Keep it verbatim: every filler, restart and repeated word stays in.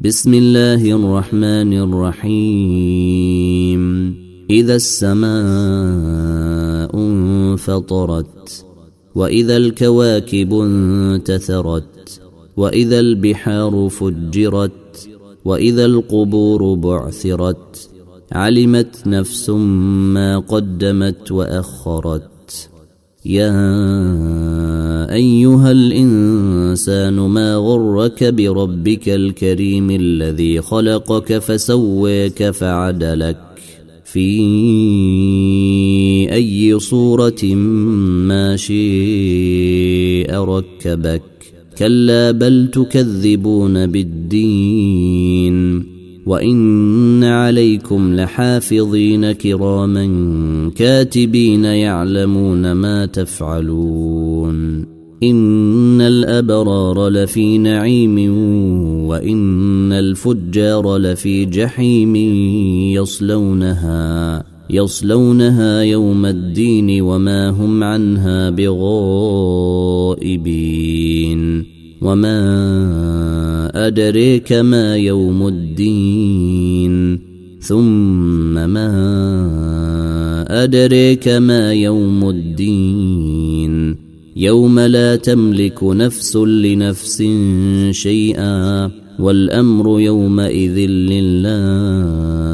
بسم الله الرحمن الرحيم إذا السماء انفطرت وإذا الكواكب انتثرت وإذا البحار فجرت وإذا القبور بعثرت علمت نفس ما قدمت وأخرت يا أيها الإنسان ما غرك بربك الكريم الذي خلقك فسويك فعدلك في أي صورة ما شاء ركبك كلا بل تكذبون بالدين وإن عليكم لحافظين كراما كاتبين يعلمون ما تفعلون إن الأبرار لفي نعيم وإن الفجار لفي جحيم يصلونها يصلونها يوم الدين وما هم عنها بغائبين وما أدريك ما يوم الدين ثم ما أدريك ما يوم الدين يوم لا تملك نفس لنفس شيئا والأمر يومئذ لله